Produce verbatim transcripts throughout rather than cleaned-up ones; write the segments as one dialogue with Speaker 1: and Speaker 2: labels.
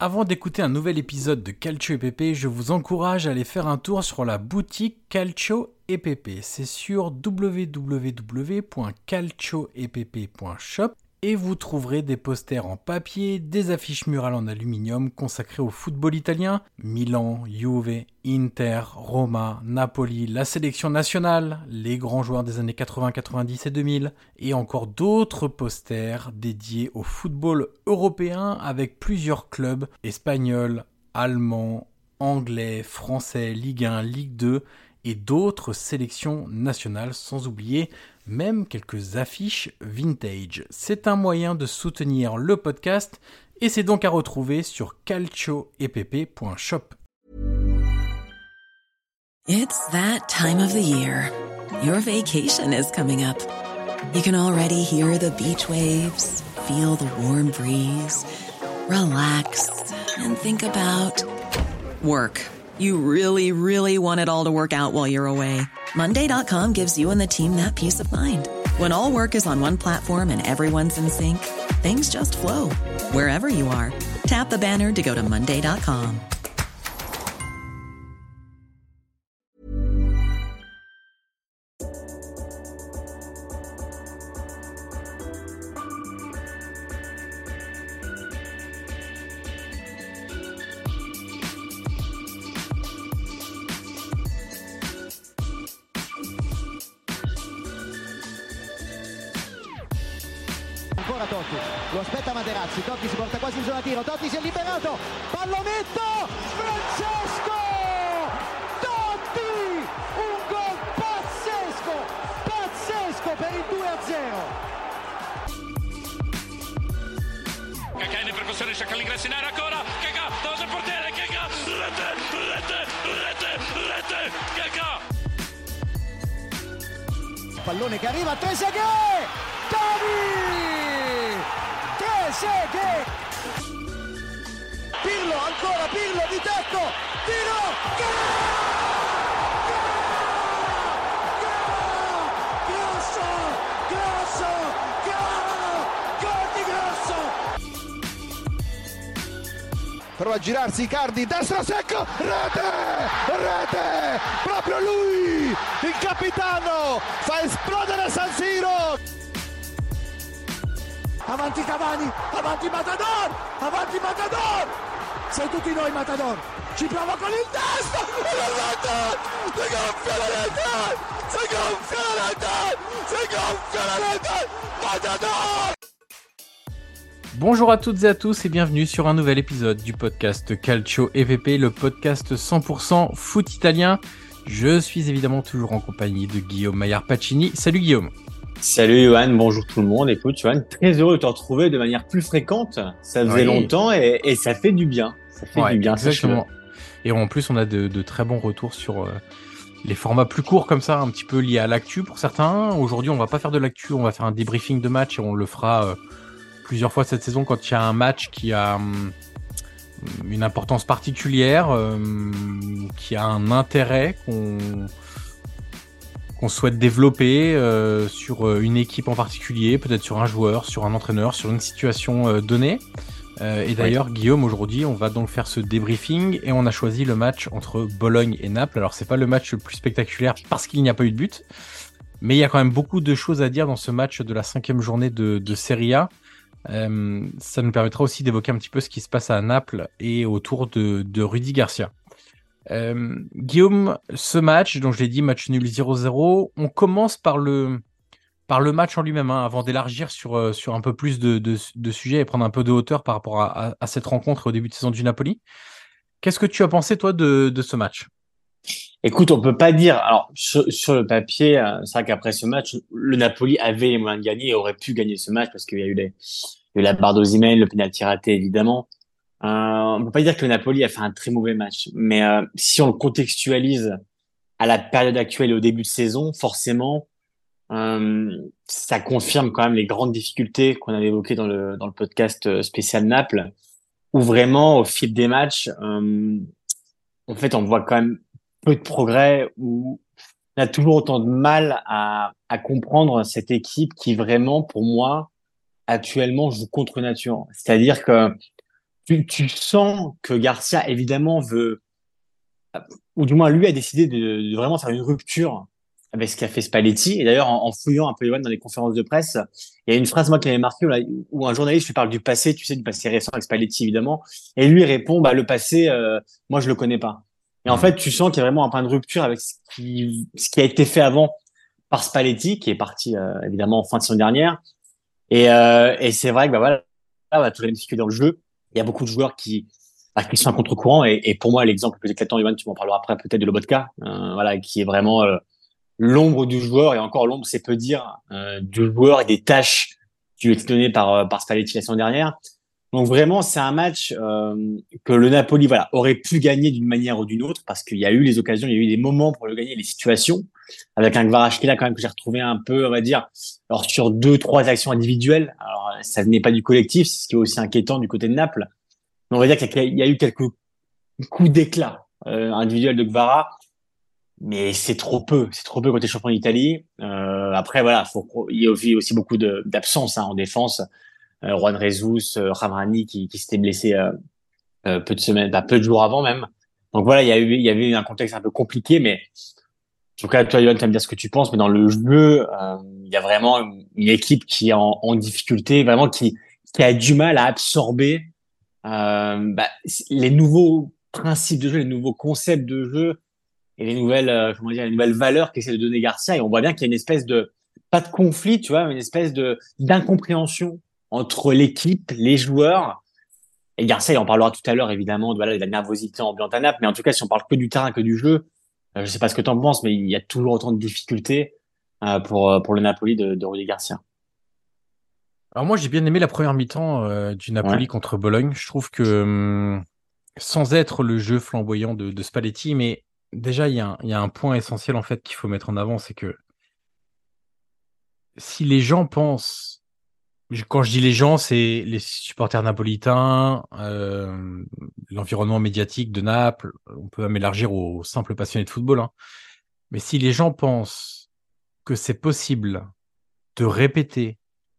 Speaker 1: Avant d'écouter un nouvel épisode de Calcio et Pepe, je vous encourage à aller faire un tour sur la boutique Calcio et Pepe. C'est sur w w w point calcio et pepe point shop et vous trouverez des posters en papier, des affiches murales en aluminium consacrées au football italien, Milan, Juve, Inter, Roma, Napoli, la sélection nationale, les grands joueurs des années quatre-vingts, quatre-vingt-dix et deux mille, et encore d'autres posters dédiés au football européen avec plusieurs clubs espagnols, allemands, anglais, français, Ligue un, Ligue deux et d'autres sélections nationales, sans oublier même quelques affiches vintage. C'est un moyen de soutenir le podcast et c'est donc à retrouver sur calcio et pepe point shop.
Speaker 2: It's that time of the year. Your vacation is coming up. You can already hear the beach waves, feel the warm breeze, relax and think about work. You really, really want it all to work out while you're away. Monday dot com gives you and the team that peace of mind. When all work is on one platform and everyone's in sync, things just flow. Wherever you are, tap the banner to go to monday dot com.
Speaker 3: Ancora Totti, lo aspetta Materazzi, Totti si porta quasi in zona tiro, Totti si è liberato, pallonetto, Francesco Totti, un gol pazzesco, pazzesco per il due a zero.
Speaker 4: Kakà in percussione, cerca l'ingresso in area ancora, Kakà, davanti al portiere, Kakà, rete, rete, rete, rete, Kakà.
Speaker 3: Pallone che arriva, Trezeguet, Gavi! Trezeguet! Pirlo, ancora Pirlo di tacco, tiro, gol! Grosso, grosso, gol! Gol di Grosso! Prova a girarsi Icardi, destro secco, rete, rete, proprio lui, il capitano, fa esplodere San Siro. Avanti Cavani, avanti Matador, avanti Matador, sei tutti noi Matador, ci prova con il destro, si gonfia la rete, si gonfia la rete, si gonfia la rete, Matador.
Speaker 1: Bonjour à toutes et à tous et bienvenue sur un nouvel épisode du podcast Calcio et Pepe, le podcast cent pour cent foot italien. Je suis évidemment toujours en compagnie de Guillaume Maillard-Pacini. Salut Guillaume.
Speaker 5: Salut Johan, bonjour tout le monde. Écoute Johan, très heureux de te retrouver de manière plus fréquente. Ça faisait oui. longtemps et, et ça fait du bien. Ça fait
Speaker 1: ouais,
Speaker 5: du bien.
Speaker 1: Exactement. Et en plus, on a de, de très bons retours sur euh, les formats plus courts comme ça, un petit peu liés à l'actu pour certains. Aujourd'hui, on va pas faire de l'actu, on va faire un débriefing de match et on le fera euh, plusieurs fois cette saison quand il y a un match qui a hum, une importance particulière, hum, qui a un intérêt qu'on qu'on souhaite développer euh, sur une équipe en particulier, peut-être sur un joueur, sur un entraîneur, sur une situation euh, donnée. Euh, et d'ailleurs, oui. Guillaume, aujourd'hui, on va donc faire ce débriefing et on a choisi le match entre Bologne et Naples. Alors, c'est pas le match le plus spectaculaire parce qu'il n'y a pas eu de but, mais il y a quand même beaucoup de choses à dire dans ce match de la cinquième journée de, de Serie A. Euh, ça nous permettra aussi d'évoquer un petit peu ce qui se passe à Naples et autour de, de Rudy Garcia. Euh, Guillaume, ce match, donc je l'ai dit, match nul zéro zéro, on commence par le, par le match en lui-même, hein, avant d'élargir sur, euh, sur un peu plus de, de, de sujets et prendre un peu de hauteur par rapport à, à, à cette rencontre au début de saison du Napoli. Qu'est-ce que tu as pensé, toi, de, de ce match ?
Speaker 5: Écoute, on peut pas dire, alors sur, sur le papier, c'est vrai qu'après ce match, le Napoli avait les moyens de gagner et aurait pu gagner ce match parce qu'il y a eu, les, il y a eu la barre d'Osimhen, le pénalty raté évidemment. Euh, on peut pas dire que le Napoli a fait un très mauvais match, mais euh, si on le contextualise à la période actuelle et au début de saison, forcément, euh, ça confirme quand même les grandes difficultés qu'on avait évoquées dans le dans le podcast spécial Naples, où vraiment au fil des matchs, euh, en fait, on voit quand même peu de progrès, où on a toujours autant de mal à à comprendre cette équipe qui vraiment, pour moi, actuellement joue contre nature. C'est-à-dire que tu, tu sens que Garcia, évidemment, veut, ou du moins lui a décidé de, de vraiment faire une rupture avec ce qu'a fait Spalletti. Et d'ailleurs, en, en fouillant un peu Yoann dans les conférences de presse, il y a une phrase moi qui m'avait marqué où, là, où un journaliste lui parle du passé, tu sais, du passé récent avec Spalletti évidemment, et lui répond bah le passé, euh, moi je le connais pas. Et en
Speaker 1: Hmm.
Speaker 5: fait, tu sens qu'il y a vraiment un point de rupture avec ce qui ce qui a été fait avant par Spalletti, qui est parti euh, évidemment en fin de saison dernière. Et, euh, et c'est vrai que bah voilà, là, on a toujours les mêmes difficultés dans le jeu. Il y a beaucoup de joueurs qui bah, qui sont à contre-courant. Et, et pour moi, l'exemple le plus éclatant, Yoann, tu m'en parleras après peut-être de Lobotka, euh, voilà, qui est vraiment euh, l'ombre du joueur, et encore l'ombre, c'est peu dire, euh, du joueur et des tâches qui lui étaient données par, euh, par Spalletti la saison dernière. Donc vraiment, c'est un match euh, que le Napoli voilà, aurait pu gagner d'une manière ou d'une autre, parce qu'il y a eu les occasions, il y a eu des moments pour le gagner, les situations, avec un Kvaratskhelia quand même que j'ai retrouvé un peu, on va dire, alors sur deux, trois actions individuelles. Alors ça venait pas du collectif, c'est ce qui est aussi inquiétant du côté de Naples. Mais on va dire qu'il y a, il y a eu quelques coups d'éclat euh, individuels de Kvara, mais c'est trop peu, c'est trop peu quand t'es champion d'Italie. Euh, après voilà, faut, il y a aussi, aussi beaucoup de, d'absence hein, en défense. Euh, Juan Jesus, euh, Ramrani qui, qui s'était blessé euh, euh, peu de semaines, bah, peu de jours avant même. Donc voilà, il y a eu, il y avait eu un contexte un peu compliqué, mais en tout cas, toi, Yoann, tu vas me dire ce que tu penses, mais dans le jeu, euh, il y a vraiment une, une équipe qui est en, en difficulté, vraiment qui, qui a du mal à absorber euh, bah, les nouveaux principes de jeu, les nouveaux concepts de jeu et les nouvelles, euh, comment dire, les nouvelles valeurs qu'essaie de donner Garcia. Et on voit bien qu'il y a une espèce de, pas de conflit, tu vois, mais une espèce de d'incompréhension entre l'équipe, les joueurs. Et Garcia, il en parlera tout à l'heure, évidemment, de, voilà, de la nervosité ambiante à Naples. Mais en tout cas, si on parle que du terrain, que du jeu, euh, je sais pas ce que tu en penses, mais il y a toujours autant de difficultés euh, pour, euh, pour le Napoli de, de Rudy Garcia.
Speaker 1: Alors moi, j'ai bien aimé la première mi-temps euh, du
Speaker 5: Ouais.
Speaker 1: Napoli contre Bologne. Je trouve que, hum, sans être le jeu flamboyant de, de Spalletti, mais déjà, il y a un, il y a un point essentiel en fait qu'il faut mettre en avant, c'est que si les gens pensent, je- quand je dis les gens, c'est les supporters napolitains, euh, l'environnement médiatique de Naples, on peut même élargir aux simples passionnés de football, hein. Mais si les gens pensent que c'est possible de répéter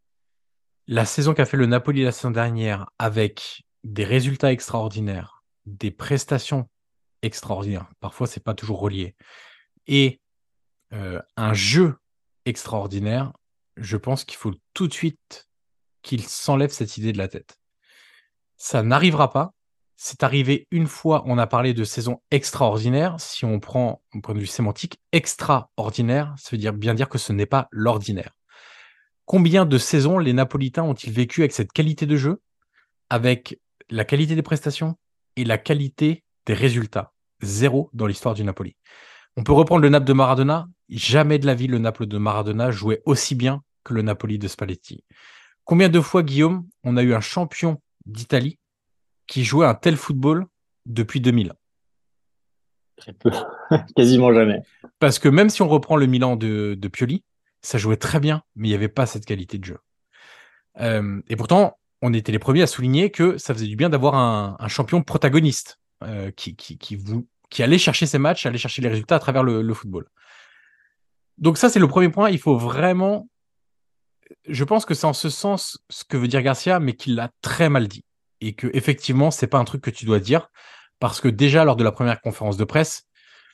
Speaker 1: la saison qu'a fait le Napoli la saison dernière avec des résultats extraordinaires, des prestations extraordinaires, parfois c'est pas toujours relié, et euh, un jeu extraordinaire, je pense qu'il faut tout de suite qu'il s'enlève cette idée de la tête. Ça n'arrivera pas. C'est arrivé une fois, on a parlé de saison extraordinaire. Si on prend, au point de vue sémantique, extraordinaire, ça veut dire bien dire que ce n'est pas l'ordinaire. Combien de saisons les Napolitains ont-ils vécu avec cette qualité de jeu, avec la qualité des prestations et la qualité des résultats? Zéro dans l'histoire du Napoli. On peut reprendre le Naples de Maradona. Jamais de la vie le Naples de Maradona jouait aussi bien que le Napoli de Spalletti. Combien de fois, Guillaume, on a eu un champion d'Italie qui jouait un tel football depuis deux mille?
Speaker 5: Très peu. Quasiment jamais.
Speaker 1: Parce que même si on reprend le Milan de, de Pioli, ça jouait très bien, mais il n'y avait pas cette qualité de jeu. Euh, et pourtant, on était les premiers à souligner que ça faisait du bien d'avoir un, un champion protagoniste euh, qui, qui, qui, vous, qui allait chercher ses matchs, allait chercher les résultats à travers le, le football. Donc ça, c'est le premier point. Il faut vraiment... Je pense que c'est en ce sens ce que veut dire Garcia, mais qu'il l'a très mal dit. Et que effectivement, c'est pas un truc que tu dois dire, parce que déjà, lors de la première conférence de presse,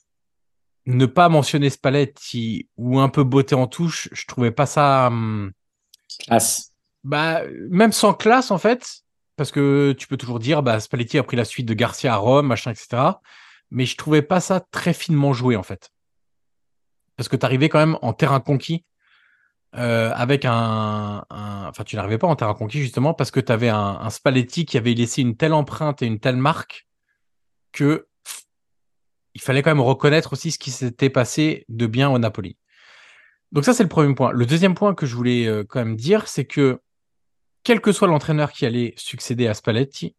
Speaker 1: ne pas mentionner Spalletti ou un peu botter en touche, je trouvais pas ça... hum,
Speaker 5: As.
Speaker 1: Bah, même sans classe, en fait, parce que tu peux toujours dire, bah, Spalletti a pris la suite de Garcia à Rome, machin, et cetera. Mais je trouvais pas ça très finement joué, en fait. Parce que tu arrivais quand même en terrain conquis, euh, avec un, un- Enfin, tu n'arrivais pas en terrain conquis, justement, parce que tu avais un, un Spalletti qui avait laissé une telle empreinte et une telle marque que il fallait quand même reconnaître aussi ce qui s'était passé de bien au Napoli. Donc ça, c'est le premier point. Le deuxième point que je voulais euh, quand même dire, c'est que quel que soit l'entraîneur qui allait succéder à Spalletti,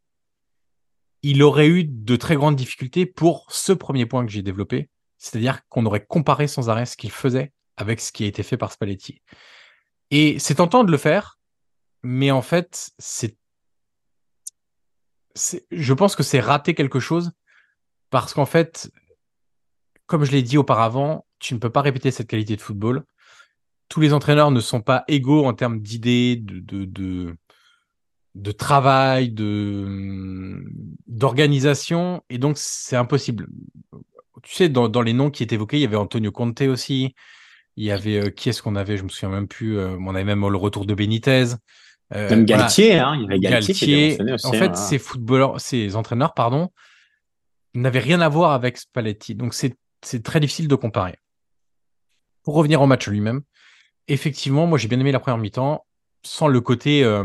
Speaker 1: il aurait eu de très grandes difficultés pour ce premier point que j'ai développé, c'est-à-dire qu'on aurait comparé sans arrêt ce qu'il faisait avec ce qui a été fait par Spalletti. Et c'est tentant de le faire, mais en fait, c'est, c'est, je pense que c'est rater quelque chose parce qu'en fait, comme je l'ai dit auparavant, tu ne peux pas répéter cette qualité de football. Tous les entraîneurs ne sont pas égaux en termes d'idées, de, de, de, de travail, de, d'organisation, et donc c'est impossible. Tu sais, dans, dans les noms qui étaient évoqués, il y avait Antonio Conte aussi, il y avait, euh, qui est-ce qu'on avait? Je me souviens même plus, euh, on avait même le retour de Benitez. Euh,
Speaker 5: Même
Speaker 1: voilà,
Speaker 5: Galtier, hein, il y avait Galtier qui était
Speaker 1: Galtier.
Speaker 5: mentionné
Speaker 1: En
Speaker 5: aussi.
Speaker 1: fait,
Speaker 5: Hein,
Speaker 1: ces footballeurs, ces entraîneurs, pardon, n'avaient rien à voir avec Spalletti. Donc c'est, c'est très difficile de comparer. Pour revenir au match lui-même, effectivement, moi j'ai bien aimé la première mi-temps, sans le côté, euh,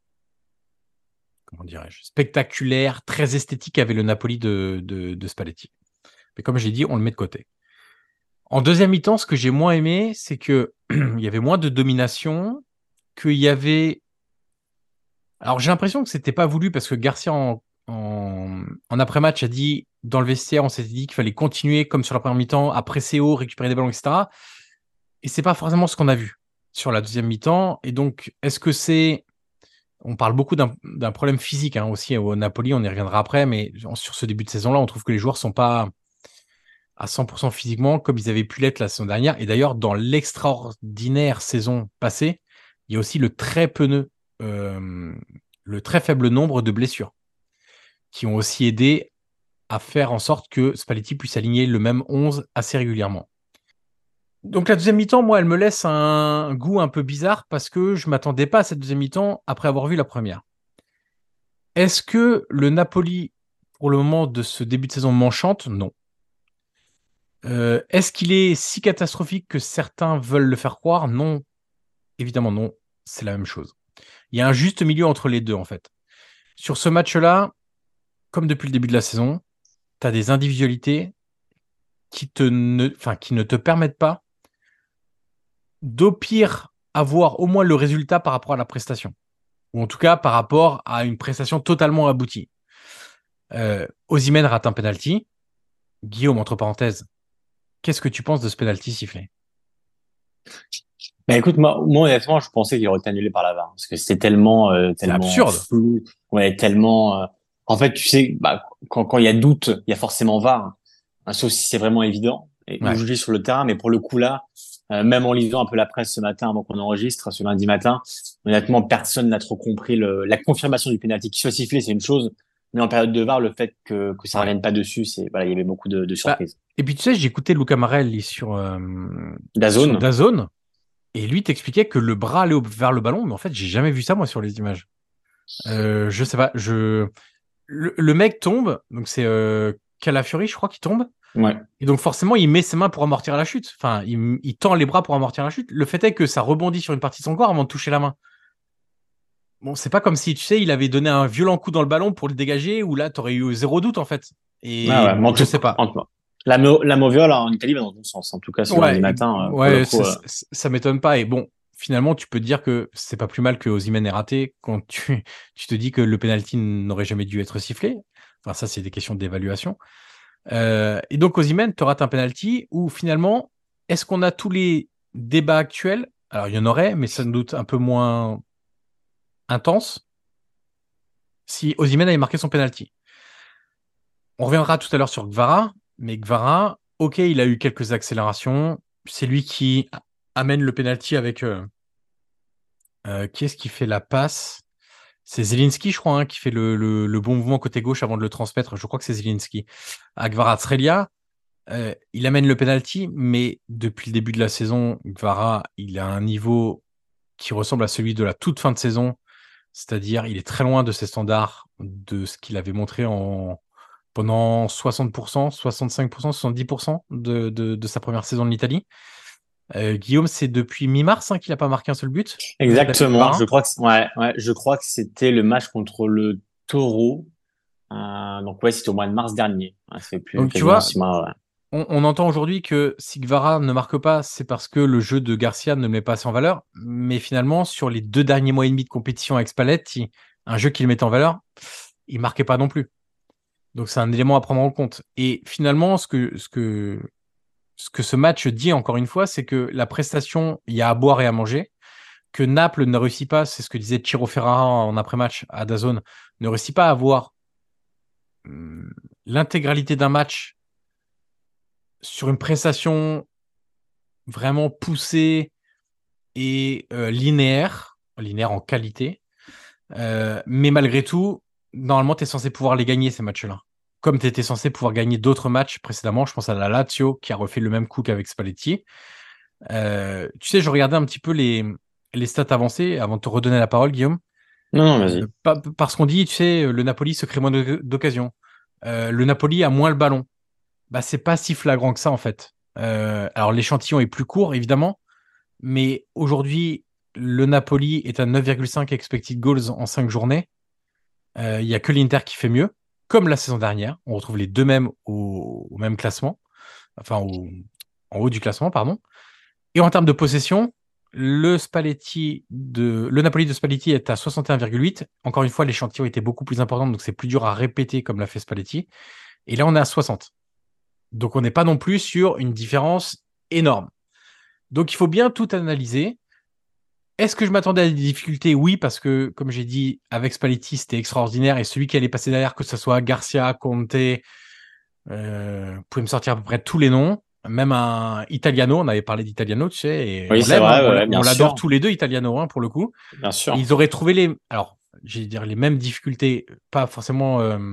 Speaker 1: comment dirais-je, spectaculaire, très esthétique avait le Napoli de, de, de Spalletti. Mais comme j'ai dit, on le met de côté. En deuxième mi-temps, ce que j'ai moins aimé, c'est que il y avait moins de domination, qu'il y avait. Alors j'ai l'impression que c'était pas voulu parce que Garcia en, en, en après-match a dit dans le vestiaire, on s'était dit qu'il fallait continuer comme sur la première mi-temps, à presser haut, récupérer des ballons, et cetera. Et c'est pas forcément ce qu'on a vu sur la deuxième mi-temps. Et donc, est-ce que c'est. On parle beaucoup d'un, d'un problème physique hein, aussi au Napoli, on y reviendra après, mais sur ce début de saison-là, on trouve que les joueurs sont pas à cent pour cent physiquement comme ils avaient pu l'être la saison dernière. Et d'ailleurs, dans l'extraordinaire saison passée, il y a aussi le très peu, euh, le très faible nombre de blessures qui ont aussi aidé à faire en sorte que Spalletti puisse aligner le même onze assez régulièrement. Donc la deuxième mi-temps, moi, elle me laisse un goût un peu bizarre parce que je m'attendais pas à cette deuxième mi-temps après avoir vu la première. Est-ce que le Napoli, pour le moment de ce début de saison, m'enchante? Non. Euh, est-ce qu'il est si catastrophique que certains veulent le faire croire? Non, évidemment non. C'est la même chose. Il y a un juste milieu entre les deux, en fait. Sur ce match-là, comme depuis le début de la saison, tu as des individualités qui, te ne, enfin, qui ne te permettent pas d'au pire avoir au moins le résultat par rapport à la prestation. Ou en tout cas par rapport à une prestation totalement aboutie. Euh, Osimhen rate un penalty. Guillaume, entre parenthèses, qu'est-ce que tu penses de ce penalty sifflé?
Speaker 5: Bah écoute, moi, moi honnêtement, je pensais qu'il aurait été annulé par la V A R parce que c'était tellement, euh,
Speaker 1: C'est
Speaker 5: tellement
Speaker 1: absurde.
Speaker 5: flou, ouais, tellement. euh, En fait, tu sais, bah, quand quand il y a doute, il y a forcément V A R, hein, sauf si c'est vraiment évident et ou
Speaker 1: Ouais.
Speaker 5: juger sur le terrain. Mais pour le coup là, euh, même en lisant un peu la presse ce matin avant qu'on enregistre, ce lundi matin, honnêtement, personne n'a trop compris le, la confirmation du penalty. Qu'il soit sifflé, c'est une chose, mais en période de V A R, le fait que que ça
Speaker 1: Ouais.
Speaker 5: revienne pas dessus, c'est voilà, il y avait beaucoup de, de
Speaker 1: Bah,
Speaker 5: surprises.
Speaker 1: et puis tu sais, j'ai écouté Luca Marelli sur, euh, sur
Speaker 5: Dazone.
Speaker 1: DAZN, et lui t'expliquait que le bras allait au- vers le ballon, mais en fait, j'ai jamais vu ça moi sur les images. Euh, je sais pas, je le, le mec tombe, donc c'est euh, Calafiori, je crois, qui tombe.
Speaker 5: Ouais.
Speaker 1: Et donc forcément, il met ses mains pour amortir la chute. Enfin, il, il tend les bras pour amortir la chute. Le fait est que ça rebondit sur une partie de son corps avant de toucher la main. Bon, c'est pas comme si, tu sais, il avait donné un violent coup dans le ballon pour le dégager, ou là, t'aurais eu zéro doute, en fait.
Speaker 5: Ah
Speaker 1: Et
Speaker 5: ouais, mais
Speaker 1: bon,
Speaker 5: en
Speaker 1: je
Speaker 5: tout
Speaker 1: sais pas.
Speaker 5: en- la, mo- la Moviola en Italie va dans ton sens. En tout cas, ce lundi
Speaker 1: Ouais, et-
Speaker 5: matin, euh, pour le
Speaker 1: ouais,
Speaker 5: coup.
Speaker 1: ça,
Speaker 5: euh,
Speaker 1: ça, ça m'étonne pas. Et bon, finalement, tu peux te dire que c'est pas plus mal que Osimhen ait raté quand tu, tu te dis que le penalty n'aurait jamais dû être sifflé. Enfin, ça, c'est des questions d'évaluation. Euh, et donc, Osimhen te rate un penalty où finalement, est-ce qu'on a tous les débats actuels? Alors, il y en aurait, mais sans doute un peu moins intense si Osimhen avait marqué son penalty. On reviendra tout à l'heure sur Gvara, mais Gvara, ok, il a eu quelques accélérations. C'est lui qui amène le penalty avec euh, euh, qui est-ce qui fait la passe? C'est Zelinski, je crois, hein, qui fait le, le, le bon mouvement côté gauche avant de le transmettre. Je crois que c'est Zelinski. À Kvaratskhelia, euh, il amène le penalty, mais depuis le début de la saison, Kvara, il a un niveau qui ressemble à celui de la toute fin de saison. C'est-à-dire, il est très loin de ses standards, de ce qu'il avait montré en, pendant soixante pour cent, soixante-cinq pour cent, soixante-dix pour cent de, de, de sa première saison en Italie. Euh, Guillaume, c'est depuis mi-mars hein, qu'il n'a pas marqué un seul but, euh, David
Speaker 5: Exactement. Je
Speaker 1: Gvara.
Speaker 5: crois que c'est- ouais, ouais, je crois que c'était le match contre le Taureau. Euh, donc ouais, c'était au mois de mars dernier. Ouais, ça fait plus
Speaker 1: Donc, tu
Speaker 5: quasiment
Speaker 1: vois,
Speaker 5: six mois. Ouais.
Speaker 1: on, on entend aujourd'hui que si Gvara ne marque pas, c'est parce que le jeu de Garcia ne le met pas assez en valeur. Mais finalement, sur les deux derniers mois et demi de compétition avec Spalletti, un jeu qui le met en valeur, il marquait pas non plus. Donc, c'est un élément à prendre en compte. Et finalement, ce que, ce que, ce que ce match dit encore une fois, c'est que la prestation, il y a à boire et à manger. Que Naples ne réussit pas, c'est ce que disait Ciro Ferrara en après-match à DAZN, ne réussit pas à avoir hum, l'intégralité d'un match sur une prestation vraiment poussée et euh, linéaire, linéaire en qualité, Euh, mais malgré tout, normalement, tu es censé pouvoir les gagner, ces matchs-là. Comme tu étais censé pouvoir gagner d'autres matchs précédemment. Je pense à la Lazio qui a refait le même coup qu'avec Spalletti. Euh, tu sais, je regardais un petit peu les, les stats avancées avant de te redonner la parole, Guillaume.
Speaker 5: Non, non,
Speaker 1: Euh,
Speaker 5: vas-y.
Speaker 1: pas- parce qu'on dit, tu sais, le Napoli se crée moins de- d'occasions. Euh, le Napoli a moins le ballon. Bah, c'est pas si flagrant que ça, en fait. Euh, alors, l'échantillon est plus court, évidemment. Mais aujourd'hui, le Napoli est à neuf virgule cinq expected goals en cinq journées. Euh, Il y a que l'Inter qui fait mieux, comme la saison dernière. On retrouve les deux mêmes au, au même classement, enfin au- en haut du classement, pardon. Et en termes de possession, le Spalletti de, le Napoli de Spalletti est à soixante et un virgule huit. Encore une fois, l'échantillon était beaucoup plus important, donc c'est plus dur à répéter comme l'a fait Spalletti. Et là, on est à soixante. Donc, on n'est pas non plus sur une différence énorme. Donc, il faut bien tout analyser. Est-ce que je m'attendais à des difficultés? Oui, parce que, comme j'ai dit, avec Spalletti, c'était extraordinaire. Et celui qui allait passer derrière, que ce soit Garcia, Conte, euh, vous pouvez me sortir à peu près tous les noms. Même un Italiano, on avait parlé d'Italiano, tu sais, et
Speaker 5: Oui,
Speaker 1: on
Speaker 5: c'est
Speaker 1: l'aime, hein,
Speaker 5: vrai,
Speaker 1: on
Speaker 5: ouais,
Speaker 1: l'a-
Speaker 5: ouais, bien
Speaker 1: on l'adore
Speaker 5: sûr,
Speaker 1: tous les deux, Italiano, hein, pour le coup.
Speaker 5: bien
Speaker 1: Et
Speaker 5: sûr.
Speaker 1: ils auraient trouvé les, alors, je vais dire les mêmes difficultés, pas forcément euh,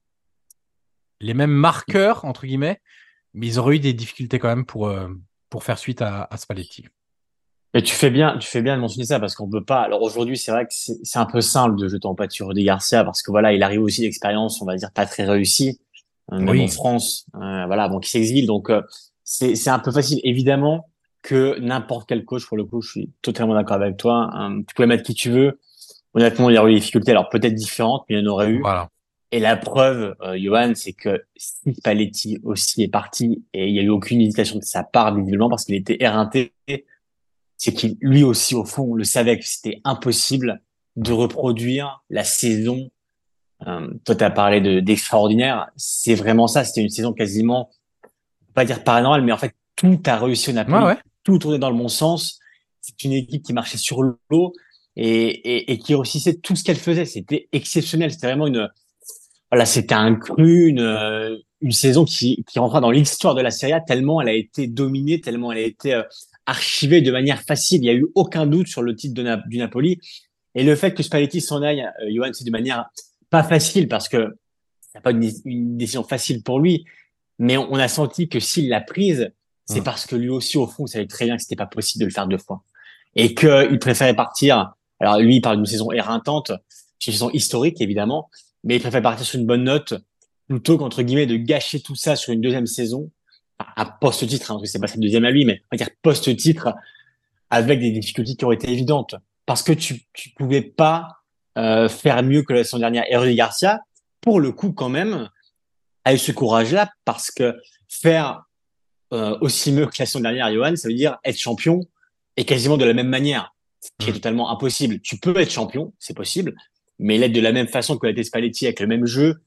Speaker 1: les mêmes marqueurs, entre guillemets, mais ils auraient eu des difficultés quand même pour, euh, pour faire suite à, à Spalletti.
Speaker 5: Mais tu fais bien, tu fais bien de mentionner ça parce qu'on peut pas. Alors aujourd'hui, c'est vrai que c'est c'est un peu simple de jeter en pâture Rudy Garcia parce que voilà, il arrive aussi d'expérience, on va dire pas très réussie, euh, même en
Speaker 1: Oui,
Speaker 5: France, euh, voilà, avant qu'il s'exile. Donc euh, c'est c'est un peu facile. Évidemment que n'importe quel coach, pour le coup, je suis totalement d'accord avec toi. Hein, tu pouvais mettre qui tu veux. Honnêtement, il y aurait eu des difficultés, alors peut-être différentes, mais il y en aurait eu.
Speaker 1: voilà.
Speaker 5: Et la preuve, euh, Johan, c'est que si Spalletti aussi est parti et il y a eu aucune hésitation de sa part visiblement parce qu'il était éreinté, c'est qu'il lui aussi au fond le savait que c'était impossible de
Speaker 1: Mm.
Speaker 5: reproduire la saison. Euh, toi, tu as parlé de d'extraordinaire. C'est vraiment ça. C'était une saison quasiment, on peut pas dire paranormale, mais en fait tout a réussi au
Speaker 1: Ouais,
Speaker 5: Napoli,
Speaker 1: ouais.
Speaker 5: tout tournait dans le bon sens. C'est une équipe qui marchait sur l'eau et, et, et qui réussissait tout ce qu'elle faisait. C'était exceptionnel. C'était vraiment une, voilà, c'était un cru, une, euh, une saison qui, qui rentra dans l'histoire de la Serie A tellement elle a été dominée, tellement elle a été euh, archivée de manière facile. Il n'y a eu aucun doute sur le titre de Na- du Napoli. Et le fait que Spalletti s'en aille, euh, Johan, c'est de manière pas facile parce que c'est pas une, une décision facile pour lui, mais on, on a senti que s'il l'a prise, c'est
Speaker 1: Mm.
Speaker 5: parce que lui aussi, au fond, il savait très bien que c'était pas possible de le faire deux fois. Et qu'il préférait partir. Alors lui, il parle d'une saison éreintante, c'est une saison historique, évidemment, mais il préfère partir sur une bonne note plutôt qu'entre guillemets de gâcher tout ça sur une deuxième saison à, à post-titre, hein, parce que c'est pas sa deuxième à lui, mais on va dire post-titre avec des difficultés qui auraient été évidentes parce que tu tu pouvais pas euh, faire mieux que la saison dernière. Et Rudy Garcia, pour le coup, quand même, a eu ce courage-là parce que faire euh, aussi mieux que la saison dernière, Johan, ça veut dire être champion et quasiment de la même manière, ce qui est
Speaker 1: Mm.
Speaker 5: totalement impossible. Tu peux être champion, c'est possible, mais l'être de la même façon que l'a été Spalletti avec le même jeu,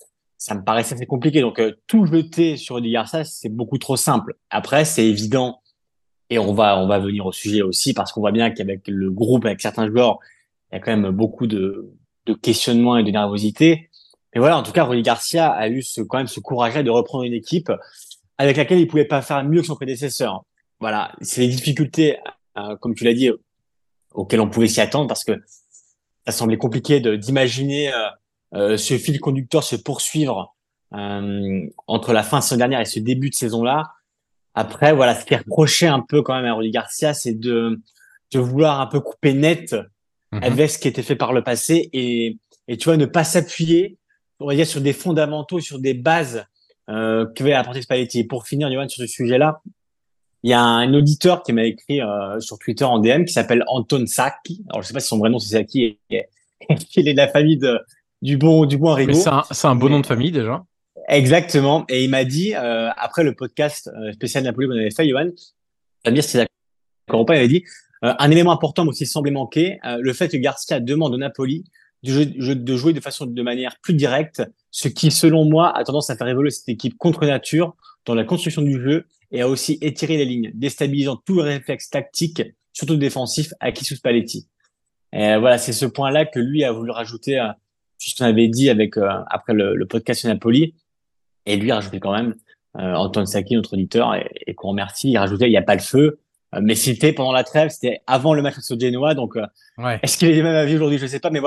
Speaker 5: ça me paraissait assez compliqué. Donc, euh, tout jeter sur Rudy Garcia, c'est beaucoup trop simple. Après, c'est évident, et on va, on va venir au sujet aussi, parce qu'on voit bien qu'avec le groupe, avec certains joueurs, il y a quand même beaucoup de, de questionnements et de nervosité. Mais voilà, en tout cas, Rudy Garcia a eu ce, quand même ce courage-là de reprendre une équipe avec laquelle il pouvait pas faire mieux que son prédécesseur. Voilà, c'est les difficultés, euh, comme tu l'as dit, auxquelles on pouvait s'y attendre, parce que ça semblait compliqué de, d'imaginer euh, euh, ce fil conducteur se poursuivre euh, entre la fin de saison dernière et ce début de saison-là. Après, voilà, ce qui est reproché un peu quand même à Rudy Garcia, c'est de, de vouloir un peu couper net
Speaker 1: Mhm.
Speaker 5: avec ce qui était fait par le passé et, et tu vois, ne pas s'appuyer, on va dire, sur des fondamentaux, sur des bases euh, que va apporter Spalletti. Et pour finir, Johan, sur ce sujet-là, il y a un auditeur qui m'a écrit euh, sur Twitter en D M qui s'appelle Anton Sacchi. Alors, je sais pas si son vrai nom c'est Sacchi, et, et qu'il est de la famille de, du bon du bon
Speaker 1: Mais c'est
Speaker 5: Arrigo.
Speaker 1: un, c'est un beau nom
Speaker 5: Mais
Speaker 1: de famille déjà.
Speaker 5: exactement. Et il m'a dit euh, après le podcast euh, spécial Napoli qu'on avait fait, Johan, ça me dire si c'est d'accord ou pas. Il avait dit euh, un élément important moi, qui semblait manquer, euh, le fait que Garcia demande au Napoli de jouer, de jouer de façon de manière plus directe, ce qui selon moi a tendance à faire évoluer cette équipe contre nature dans la construction du jeu et a aussi étiré les lignes, déstabilisant tout le réflexe tactique, surtout défensif, acquis sous Spalletti. Et euh, voilà, c'est ce point-là que lui a voulu rajouter, euh, ce qu'on avait dit avec euh, après le, le podcast sur Napoli, et lui a rajouté quand même euh, Antoine Sacchi, notre auditeur, et, et qu'on remercie. Il rajoutait il n'y a pas le feu, euh, mais c'était pendant la trêve, c'était avant le match face au Genoa, donc euh,
Speaker 1: Ouais.
Speaker 5: est-ce qu'il est du même avis aujourd'hui? Je sais pas, mais voilà,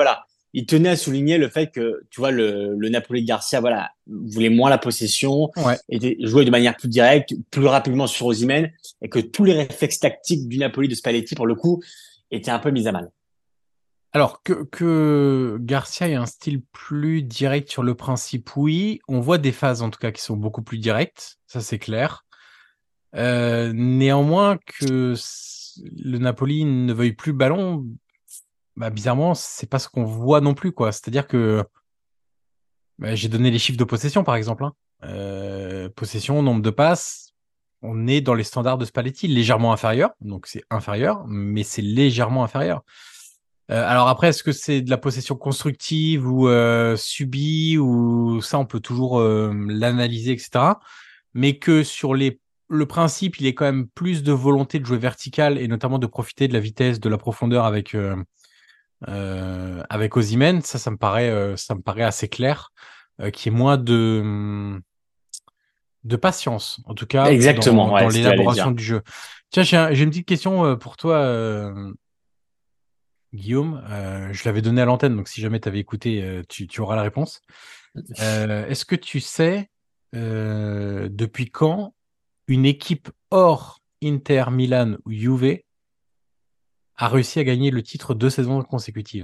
Speaker 5: il tenait à souligner le fait que, tu vois, le, le Napoli de Garcia, voilà, voulait moins la possession,
Speaker 1: Ouais.
Speaker 5: était joué de manière plus directe, plus rapidement sur Osimhen, et que tous les réflexes tactiques du Napoli de Spalletti, pour le coup, étaient un peu mis à mal.
Speaker 1: Alors que, que Garcia ait un style plus direct sur le principe, oui. On voit des phases, en tout cas, qui sont beaucoup plus directes. Ça, c'est clair. Euh, néanmoins, que le Napoli ne veuille plus le ballon, bah, bizarrement, c'est pas ce qu'on voit non plus, quoi. C'est-à-dire que bah, j'ai donné les chiffres de possession, par exemple. Hein. Euh, possession, nombre de passes, on est dans les standards de Spalletti, légèrement inférieur. Donc c'est inférieur, mais c'est légèrement inférieur. Euh, alors après, est-ce que c'est de la possession constructive ou euh, subie, ou ça, on peut toujours euh, l'analyser, et cetera. Mais que sur les le principe, il est quand même plus de volonté de jouer vertical et notamment de profiter de la vitesse, de la profondeur avec euh, euh, avec Osimhen. Ça, ça me paraît, euh, ça me paraît assez clair. Euh, qu'il y ait moins de de patience, en tout cas
Speaker 5: Exactement,
Speaker 1: dans
Speaker 5: ouais,
Speaker 1: dans
Speaker 5: c'est ce que j'allais
Speaker 1: l'élaboration
Speaker 5: dire.
Speaker 1: du jeu. Tiens, j'ai un- j'ai une petite question euh, pour toi, euh, Guillaume. Euh, je l'avais donné à l'antenne, donc si jamais tu avais écouté, euh, tu, tu auras la réponse. Euh, est-ce que tu sais euh, depuis quand une équipe hors Inter, Milan ou Juve a réussi à gagner le titre deux saisons consécutives?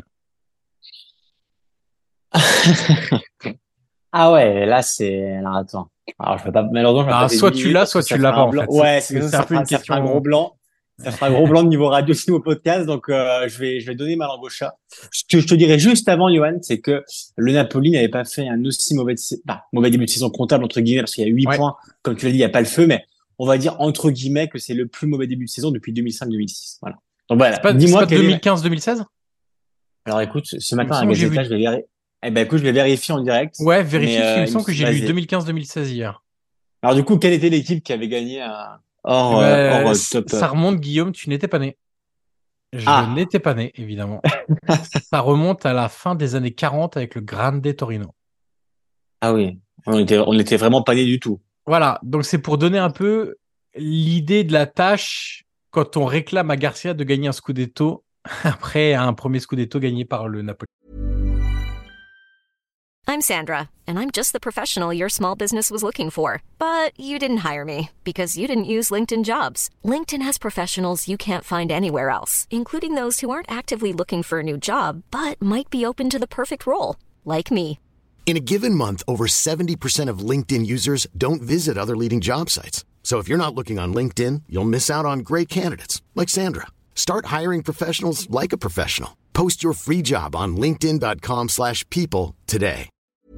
Speaker 5: Ah ouais, là, c'est, alors attends. Alors, je vais pas, malheureusement, je vais pas
Speaker 1: Bah,
Speaker 5: te
Speaker 1: soit tu
Speaker 5: deviner
Speaker 1: l'as,
Speaker 5: parce que
Speaker 1: soit tu
Speaker 5: ça
Speaker 1: l'as
Speaker 5: fera
Speaker 1: pas
Speaker 5: un
Speaker 1: en
Speaker 5: blanc.
Speaker 1: fait. C'est
Speaker 5: Ouais, c'est
Speaker 1: c'est-
Speaker 5: ça,
Speaker 1: c'est
Speaker 5: ça
Speaker 1: un peu
Speaker 5: fera,
Speaker 1: une
Speaker 5: ça fera un gros
Speaker 1: question.
Speaker 5: blanc. Ça fera un gros blanc de niveau radio aussi au podcast. Donc, euh, je vais, je vais donner ma langue au chat. Ce que je te dirais juste avant, Johan, c'est que le Napoli n'avait pas fait un aussi mauvais, de sa- bah, mauvais début de saison comptable, entre guillemets, parce qu'il y a huit
Speaker 1: Ouais.
Speaker 5: points. Comme tu l'as dit, il n'y a pas le feu, mais on va dire, entre guillemets, que c'est le plus mauvais début de saison depuis deux mille cinq deux mille six. Voilà. Donc
Speaker 1: C'est
Speaker 5: voilà.
Speaker 1: pas, c'est
Speaker 5: Dis-moi
Speaker 1: pas
Speaker 5: quel est,
Speaker 1: deux mille quinze deux mille seize?
Speaker 5: alors écoute, ce
Speaker 1: Il me
Speaker 5: matin à la
Speaker 1: semble que j'ai
Speaker 5: Gazeta,
Speaker 1: vu.
Speaker 5: je vais vérifier. Eh ben, écoute, je vais vérifier en direct.
Speaker 1: Ouais,
Speaker 5: Mais,
Speaker 1: vérifie parce qu'il
Speaker 5: euh,
Speaker 1: me
Speaker 5: il me...
Speaker 1: semble que j'ai lu
Speaker 5: vas-y.
Speaker 1: deux mille quinze deux mille seize hier.
Speaker 5: Alors du coup, quelle était l'équipe qui avait gagné à...
Speaker 1: Eh
Speaker 5: hors, euh, hors
Speaker 1: ben,
Speaker 5: euh,
Speaker 1: c-
Speaker 5: top
Speaker 1: ça
Speaker 5: euh,
Speaker 1: remonte, Guillaume, tu n'étais pas né. Je
Speaker 5: Ah,
Speaker 1: n'étais pas né, évidemment. Ça remonte à la fin des années quarante avec le Grande Torino.
Speaker 5: ah oui, on était, on était vraiment pas nés du tout.
Speaker 1: Voilà, donc c'est pour donner un peu l'idée de la tâche quand on réclame à Garcia de gagner un Scudetto après un premier Scudetto gagné par le Napoli.
Speaker 6: I'm Sandra, and I'm just the professional your small business was looking for. But you didn't hire me because you didn't use LinkedIn Jobs. LinkedIn has professionals you can't find anywhere else, including those who aren't actively looking for a new job, but might be open to the perfect role, like me.
Speaker 7: In a given month, over seventy percent of LinkedIn users don't visit other leading job sites. So if you're not looking on LinkedIn, you'll miss out on great candidates like Sandra. Start hiring professionals like a professional. Post your free job on linkedin dot com slash people today.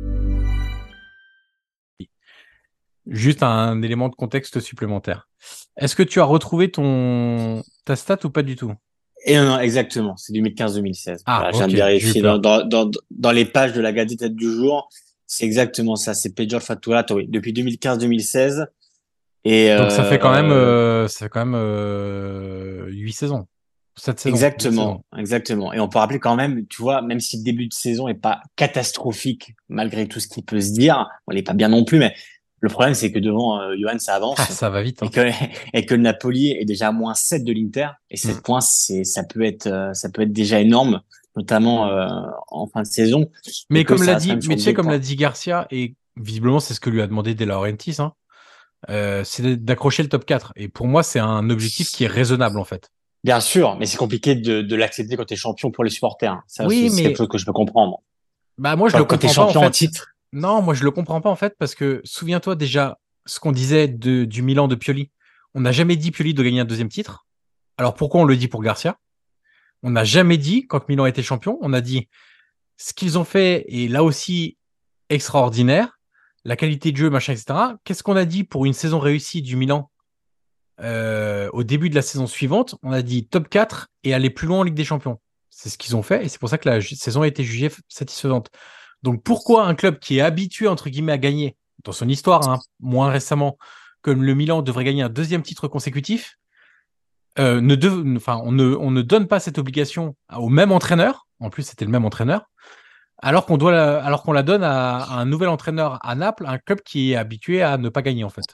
Speaker 1: Juste un élément de contexte supplémentaire. Est-ce que tu as retrouvé ton ta stat ou pas du tout?
Speaker 5: Et non, non, exactement, c'est deux mille quinze deux mille seize.
Speaker 1: Ah,
Speaker 5: Voilà, je viens
Speaker 1: ok,
Speaker 5: de
Speaker 1: j'ai eu
Speaker 5: vérifier
Speaker 1: peur.
Speaker 5: dans, dans, dans, dans les pages de la Gazette du jour. C'est exactement ça, c'est Peggior Fatturato, oui, depuis deux mille quinze deux mille seize. Et
Speaker 1: Donc ça fait quand même
Speaker 5: euh,
Speaker 1: euh, ça fait quand même euh, huit saisons. sept saisons. huit saisons.
Speaker 5: exactement, exactement. Et on peut rappeler quand même, tu vois, même si le début de saison est pas catastrophique, malgré tout ce qui peut se dire, on n'est pas bien non plus, mais le problème, c'est que devant euh, Johan, ça
Speaker 1: Ah,
Speaker 5: avance.
Speaker 1: ça va vite. Hein.
Speaker 5: Et que, et que le Napoli est déjà à moins sept de l'Inter. Et sept
Speaker 1: Mm.
Speaker 5: points, c'est, ça peut être, euh, ça peut être déjà énorme, notamment, euh, en fin de saison.
Speaker 1: Mais
Speaker 5: Et que
Speaker 1: comme
Speaker 5: ça
Speaker 1: l'a
Speaker 5: reste quand
Speaker 1: dit,
Speaker 5: même
Speaker 1: mais
Speaker 5: sur
Speaker 1: tu sais,
Speaker 5: deux
Speaker 1: comme
Speaker 5: points.
Speaker 1: l'a dit Garcia, et visiblement c'est ce que lui a demandé De Laurentiis, hein, euh, c'est d'accrocher le top quatre. Et pour moi, c'est un objectif qui est raisonnable en fait.
Speaker 5: Bien sûr, mais c'est compliqué de, de l'accepter quand t'es champion pour les supporters. Hein. Ça
Speaker 1: Oui,
Speaker 5: aussi, c'est quelque
Speaker 1: mais
Speaker 5: chose que je peux comprendre.
Speaker 1: bah moi je
Speaker 5: Quand,
Speaker 1: le
Speaker 5: quand t'es
Speaker 1: comprends pas en
Speaker 5: champion en
Speaker 1: fait.
Speaker 5: titre.
Speaker 1: Non, moi je le comprends pas en fait parce que souviens-toi déjà ce qu'on disait de, du Milan de Pioli. On n'a jamais dit Pioli de gagner un deuxième titre. Alors pourquoi on le dit pour Garcia? On n'a jamais dit quand Milan était champion. On a dit ce qu'ils ont fait est là aussi extraordinaire, la qualité de jeu, machin, et cetera. Qu'est-ce qu'on a dit pour une saison réussie du Milan euh, au début de la saison suivante? On a dit top quatre et aller plus loin en Ligue des Champions. C'est ce qu'ils ont fait et c'est pour ça que la ju- saison a été jugée satisfaisante. Donc pourquoi un club qui est habitué entre guillemets à gagner dans son histoire, hein, moins récemment, comme le Milan devrait gagner un deuxième titre consécutif, euh, ne dev... enfin, on ne, on ne donne pas cette obligation au même entraîneur. En plus, c'était le même entraîneur. Alors qu'on doit, la... alors qu'on la donne à, à un nouvel entraîneur à Naples, un club qui est habitué à ne pas gagner en fait.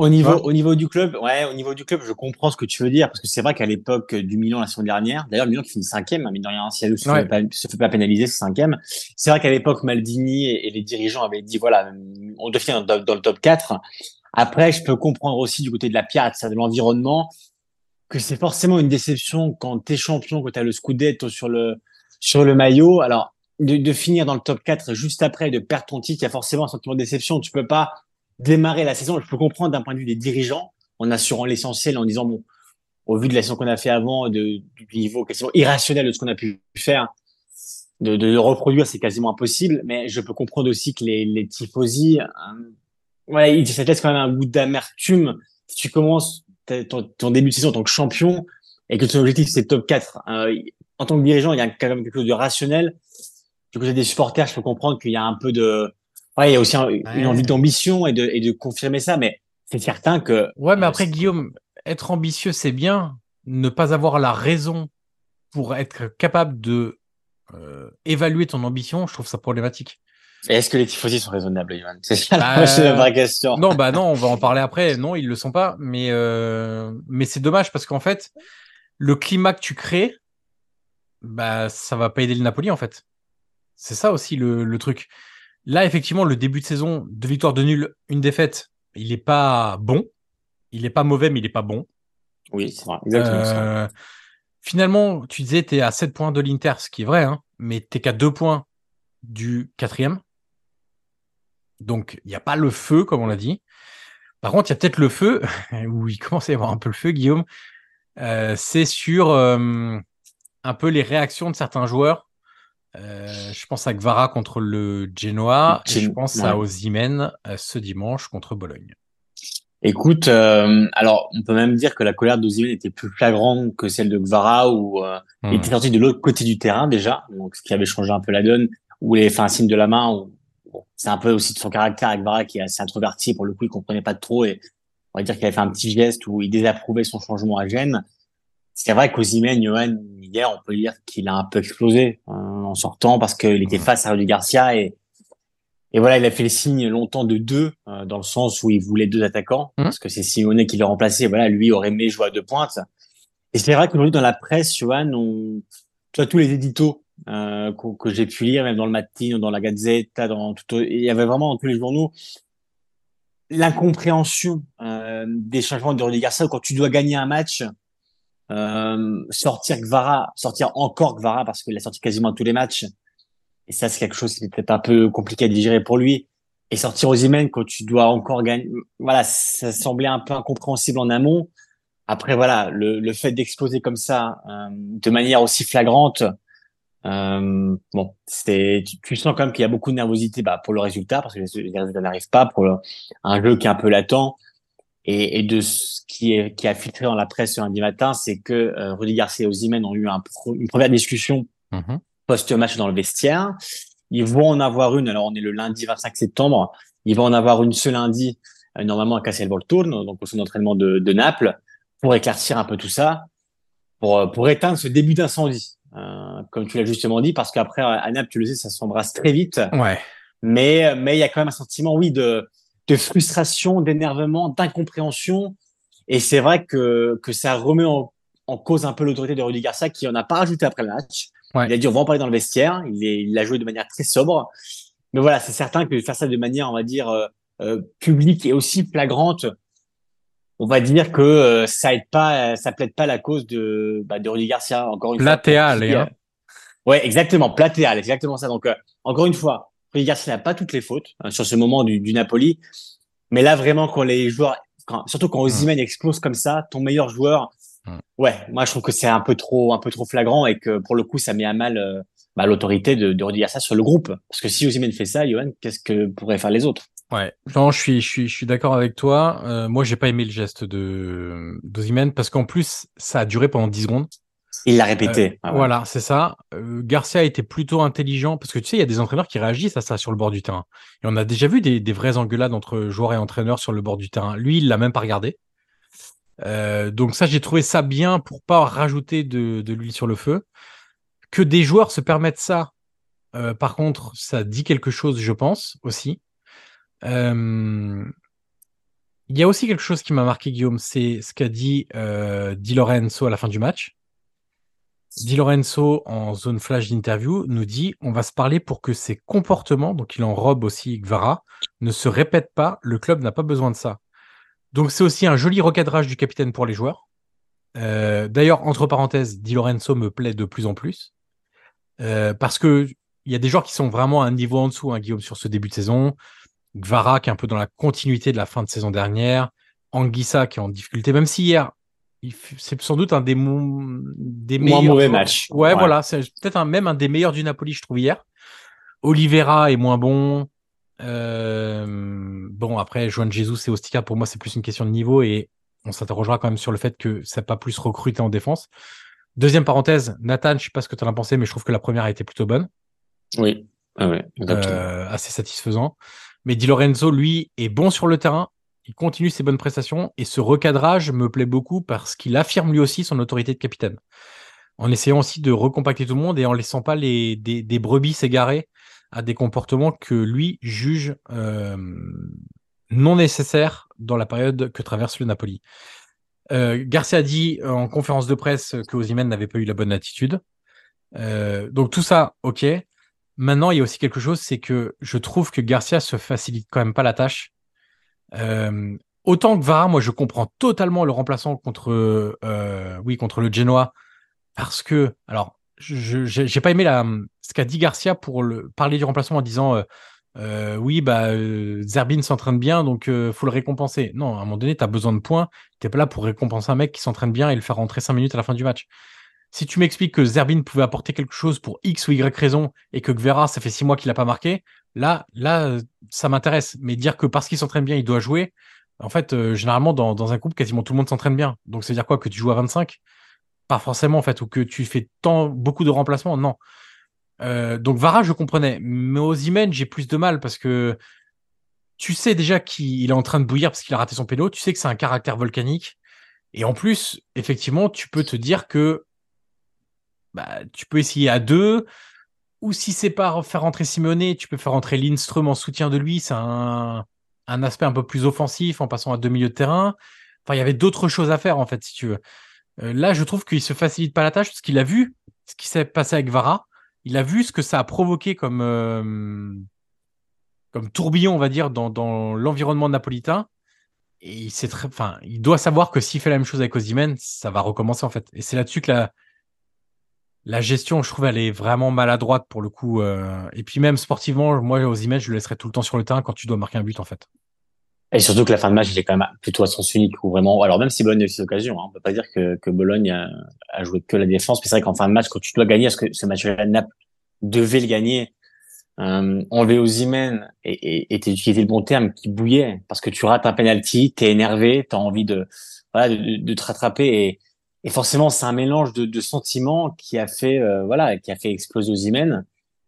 Speaker 5: Au niveau, au niveau du club, ouais, au niveau du club, je comprends ce que tu veux dire, parce que c'est vrai qu'à l'époque du Milan la saison dernière, d'ailleurs, le Milan qui finit cinquième, hein, mine de rien, si elle se
Speaker 1: Ouais.
Speaker 5: fait pas, se fait pas pénaliser, c'est cinquième. C'est vrai qu'à l'époque, Maldini et, et les dirigeants avaient dit, voilà, on doit finir dans, dans le top quatre. Après, je peux comprendre aussi du côté de la piazza, de l'environnement, que c'est forcément une déception quand t'es champion, que t'as le scudetto sur le, sur le maillot. Alors, de, de finir dans le top quatre juste après, de perdre ton titre, il y a forcément un sentiment de déception. Tu peux pas démarrer la saison. Je peux comprendre d'un point de vue des dirigeants, en assurant l'essentiel, en disant, bon, au vu de la saison qu'on a fait avant, de, du niveau quasiment irrationnel de ce qu'on a pu faire, de, de le reproduire, c'est quasiment impossible. Mais je peux comprendre aussi que les, les tifosi, euh, voilà, ils- ça te laisse quand même un goût d'amertume. Si tu commences ta- ton, ton début de saison en tant que champion et que ton objectif c'est top quatre, euh, en tant que dirigeant, il y a quand même quelque chose de rationnel. Du côté des supporters, je peux comprendre qu'il y a un peu de, ouais, il y a aussi un- une envie
Speaker 1: Ouais.
Speaker 5: d'ambition et de, et de confirmer ça, mais c'est certain que,
Speaker 1: Ouais, mais
Speaker 5: euh,
Speaker 1: après, Guillaume, être ambitieux, c'est bien. Ne pas avoir la raison pour être capable de euh, évaluer ton ambition, je trouve ça problématique.
Speaker 5: est-ce que les tifosi sont raisonnables, Ivan? C'est ça la, c'est la
Speaker 1: Bah,
Speaker 5: vraie question.
Speaker 1: non, bah non, on va en parler après. Non, ils le sont pas. Mais, euh, mais c'est dommage parce qu'en fait, le climat que tu crées, bah, ça va pas aider le Napoli, en fait. C'est ça aussi le, le truc. Là, effectivement, le début de saison, deux victoires de nul, une défaite, il est pas bon. Il est pas mauvais, mais il est pas bon.
Speaker 5: Oui, c'est vrai, exactement ça.
Speaker 1: Euh, Finalement, tu disais, t'es à sept points de l'Inter, ce qui est vrai, hein, mais t'es qu'à deux points du quatrième. Donc, il n'y a pas le feu, comme on l'a dit. Par contre, il y a peut-être le feu, où il commence à y avoir un peu le feu, Guillaume. Euh, c'est sur euh, un peu les réactions de certains joueurs. Euh, je pense à Gvara contre le Genoa et je
Speaker 5: Chin-
Speaker 1: pense
Speaker 5: ouais.
Speaker 1: à Osimhen euh, ce dimanche contre Bologne.
Speaker 5: Écoute, euh, alors on peut même dire que la colère d'Osimhen était plus flagrante que celle de Gvara, où euh, il était
Speaker 1: Hmm.
Speaker 5: sorti de l'autre côté du terrain déjà, donc ce qui avait changé un peu la donne, où il avait fait un signe de la main. Où, bon, c'est un peu aussi de son caractère avec Gvara qui est assez introverti, pour le coup il comprenait pas trop, et on va dire qu'il avait fait un petit geste où il désapprouvait son changement à Gênes. C'est vrai qu'Osimhen, Johan, hier, on peut dire qu'il a un peu explosé hein, en sortant parce qu'il était face à Rudy Garcia et et voilà, il a fait le signe longtemps de deux, euh, dans le sens où il voulait deux attaquants,
Speaker 1: Hmm.
Speaker 5: parce que c'est Simone qui le remplaçait. Voilà, lui aurait aimé jouer à deux pointes. Et c'est vrai qu'aujourd'hui, dans la presse, Johan, on, tu vois, tous les éditos euh, que, que j'ai pu lire, même dans le Mattino, dans la Gazzetta, dans tout, il y avait vraiment dans tous les journaux l'incompréhension euh, des changements de Rudy Garcia. Quand tu dois gagner un match, euh, sortir Gvara, sortir encore Gvara, parce qu'il a sorti quasiment tous les matchs. Et ça, c'est quelque chose qui est peut-être un peu compliqué à digérer pour lui. Et sortir Osimhen quand tu dois encore gagner, voilà, ça semblait un peu incompréhensible en amont. Après, voilà, le, le fait d'exploser comme ça, euh, de manière aussi flagrante, euh, bon, c'est, tu, tu sens quand même qu'il y a beaucoup de nervosité, bah, pour le résultat, parce que les, les résultats n'arrivent pas, pour le- un jeu qui est un peu latent. Et, et de ce qui est, qui a filtré dans la presse ce lundi matin, c'est que euh, Rudy Garcia et Osimhen ont eu un pro- une première discussion
Speaker 1: Mhm.
Speaker 5: post-match dans le vestiaire. Ils vont en avoir une, alors on est le lundi vingt-cinq septembre, ils vont en avoir une ce lundi, euh, normalement à Castelvolturno, donc au centre d'entraînement de, de Naples, pour éclaircir un peu tout ça, pour, euh, pour éteindre ce début d'incendie, euh, comme tu l'as justement dit, parce qu'après, à Naples, tu le sais, ça s'embrasse très vite,
Speaker 1: Ouais.
Speaker 5: mais mais il y a quand même un sentiment, oui, de, de frustration, d'énervement, d'incompréhension, et c'est vrai que, que ça remet en, en cause un peu l'autorité de Rudy Garcia, qui en a pas rajouté après le match.
Speaker 1: Ouais.
Speaker 5: Il a dit, on va en parler dans le vestiaire. Il est- il l'a joué de manière très sobre. Mais voilà, c'est certain que faire ça de manière, on va dire, euh, euh, publique et aussi flagrante, on va dire que euh, ça aide pas, ça plaide pas la cause de, bah, de Rudy Garcia. Encore une fois, pour
Speaker 1: Platéal,
Speaker 5: qui, euh,
Speaker 1: hein.
Speaker 5: ouais, exactement, platéal, exactement ça. Donc, euh, encore une fois, Rudy Garcia n'a pas toutes les fautes hein, sur ce moment du, du Napoli. Mais là, vraiment, quand les joueurs, quand, surtout quand
Speaker 1: Hmm.
Speaker 5: Osimhen explose comme ça, ton meilleur joueur,
Speaker 1: Hmm.
Speaker 5: ouais, moi je trouve que c'est un peu trop, un peu trop flagrant et que pour le coup, ça met à mal euh, bah, l'autorité de, de Rudy Garcia sur le groupe. Parce que si Osimhen fait ça, Johan, qu'est-ce que pourraient faire les autres?
Speaker 1: Ouais, non, je suis, je suis, je suis d'accord avec toi. Euh, moi, j'ai pas aimé le geste de d'Osimhen parce qu'en plus, ça a duré pendant dix secondes.
Speaker 5: Il l'a
Speaker 1: Euh,
Speaker 5: répété. Ah ouais.
Speaker 1: voilà, c'est ça. Euh, Garcia était plutôt intelligent parce que tu sais, il y a des entraîneurs qui réagissent à ça sur le bord du terrain. Et on a déjà vu des, des vraies engueulades entre joueurs et entraîneurs sur le bord du terrain. Lui, il l'a même pas regardé. Euh, donc ça, j'ai trouvé ça bien pour pas rajouter de, de l'huile sur le feu. Que des joueurs se permettent ça, euh, par contre, ça dit quelque chose, je pense aussi. Euh, Il y a aussi quelque chose qui m'a marqué, Guillaume, c'est ce qu'a dit euh, Di Lorenzo à la fin du match. Di Lorenzo, en zone flash d'interview, nous dit on va se parler pour que ces comportements, donc il enrobe aussi Gvara, ne se répètent pas. Le club n'a pas besoin de ça. Donc c'est aussi un joli recadrage du capitaine pour les joueurs. Euh, d'ailleurs, entre parenthèses, Di Lorenzo me plaît de plus en plus euh, parce que il y a des joueurs qui sont vraiment à un niveau en dessous, hein, Guillaume, sur ce début de saison. Gvara qui est un peu dans la continuité de la fin de saison dernière. Anguissa qui est en difficulté, même si hier c'est sans doute un des, mo- des
Speaker 5: Moins
Speaker 1: meilleurs
Speaker 5: mauvais
Speaker 1: joueurs.
Speaker 5: match.
Speaker 1: Ouais,
Speaker 5: Ouais.
Speaker 1: voilà, c'est peut-être un, même un des meilleurs du Napoli, je trouve, hier. Oliveira est moins bon. Euh, bon, après, Juan Jesus et Ostica, pour moi, c'est plus une question de niveau et on s'interrogera quand même sur le fait que ça n'a pas plus recruté en défense. Deuxième parenthèse, Nathan, je sais pas ce que tu en as pensé, mais je trouve que la première a été plutôt bonne.
Speaker 5: Oui. Ah ouais, exactement.
Speaker 1: Euh, assez satisfaisant. Mais Di Lorenzo, lui, est bon sur le terrain. Il continue ses bonnes prestations et ce recadrage me plaît beaucoup parce qu'il affirme lui aussi son autorité de capitaine. En essayant aussi de recompacter tout le monde et en laissant pas les, des, des brebis s'égarer à des comportements que lui juge euh, non nécessaires dans la période que traverse le Napoli. Euh, Garcia a dit euh, en conférence de presse que Osimhen n'avait pas eu la bonne attitude. Euh, donc tout ça, ok. Maintenant, il y a aussi quelque chose, c'est que je trouve que Garcia se facilite quand même pas la tâche. Euh, autant que Vara, moi, je comprends totalement le remplaçant contre, euh, oui, contre le Genoa, parce que, alors, je je- j'ai pas aimé la, ce qu'a dit Garcia pour le, parler du remplacement en disant, euh, euh, oui, bah, euh, Zerbin s'entraîne bien, donc euh, faut le récompenser. Non, à un moment donné, t'as besoin de points. T'es pas là pour récompenser un mec qui s'entraîne bien et le faire rentrer cinq minutes à la fin du match. Si tu m'expliques que Zerbin pouvait apporter quelque chose pour X ou Y raison et que Gvera, ça fait six mois qu'il a pas marqué, là, là, euh, ça m'intéresse. Mais dire que parce qu'il s'entraîne bien, il doit jouer, en fait, euh, généralement, dans, dans un groupe, quasiment tout le monde s'entraîne bien. Donc, c'est dire quoi? Que tu joues à vingt-cinq? Pas forcément, en fait, ou que tu fais tant, beaucoup de remplacements? Non. Euh, donc, Vara, je comprenais. Mais Osimhen, j'ai plus de mal parce que tu sais déjà qu'il est en train de bouillir parce qu'il a raté son péno. Tu sais que c'est un caractère volcanique. Et en plus, effectivement, tu peux te dire que bah, tu peux essayer à deux. Ou si c'est pas faire rentrer Simeone, tu peux faire rentrer Lindström en soutien de lui. C'est un, un aspect un peu plus offensif en passant à deux milieux de terrain. Enfin, il y avait d'autres choses à faire, en fait, si tu veux. Euh, là, je trouve qu'il se facilite pas la tâche parce qu'il a vu ce qui s'est passé avec Vara. Il a vu ce que ça a provoqué comme, euh, comme tourbillon, on va dire, dans, dans l'environnement napolitain. Et il sait très, enfin, il doit savoir que s'il fait la même chose avec Osimhen, ça va recommencer, en fait. Et c'est là-dessus que la, la gestion, je trouve, elle est vraiment maladroite pour le coup. euh. Et puis même sportivement, moi, Osimhen, je le laisserai tout le temps sur le terrain quand tu dois marquer un but, en fait.
Speaker 5: Et surtout que la fin de match, il est quand même plutôt à sens unique, ou vraiment. Alors même si Bologne a eu cette occasion, hein, on peut pas dire que, que Bologne a, a joué que la défense, mais c'est vrai qu'en fin de match, quand tu dois gagner, parce que ce match-là, Naples devait le gagner, euh, enlever Osimhen et, et, et t'es utilisé le bon terme, qui bouillait, parce que tu rates un penalty, t'es énervé, t'as envie de, voilà, de, de te rattraper, et, et forcément, c'est un mélange de, de sentiments qui a fait, euh, voilà, qui a fait exploser Osimhen.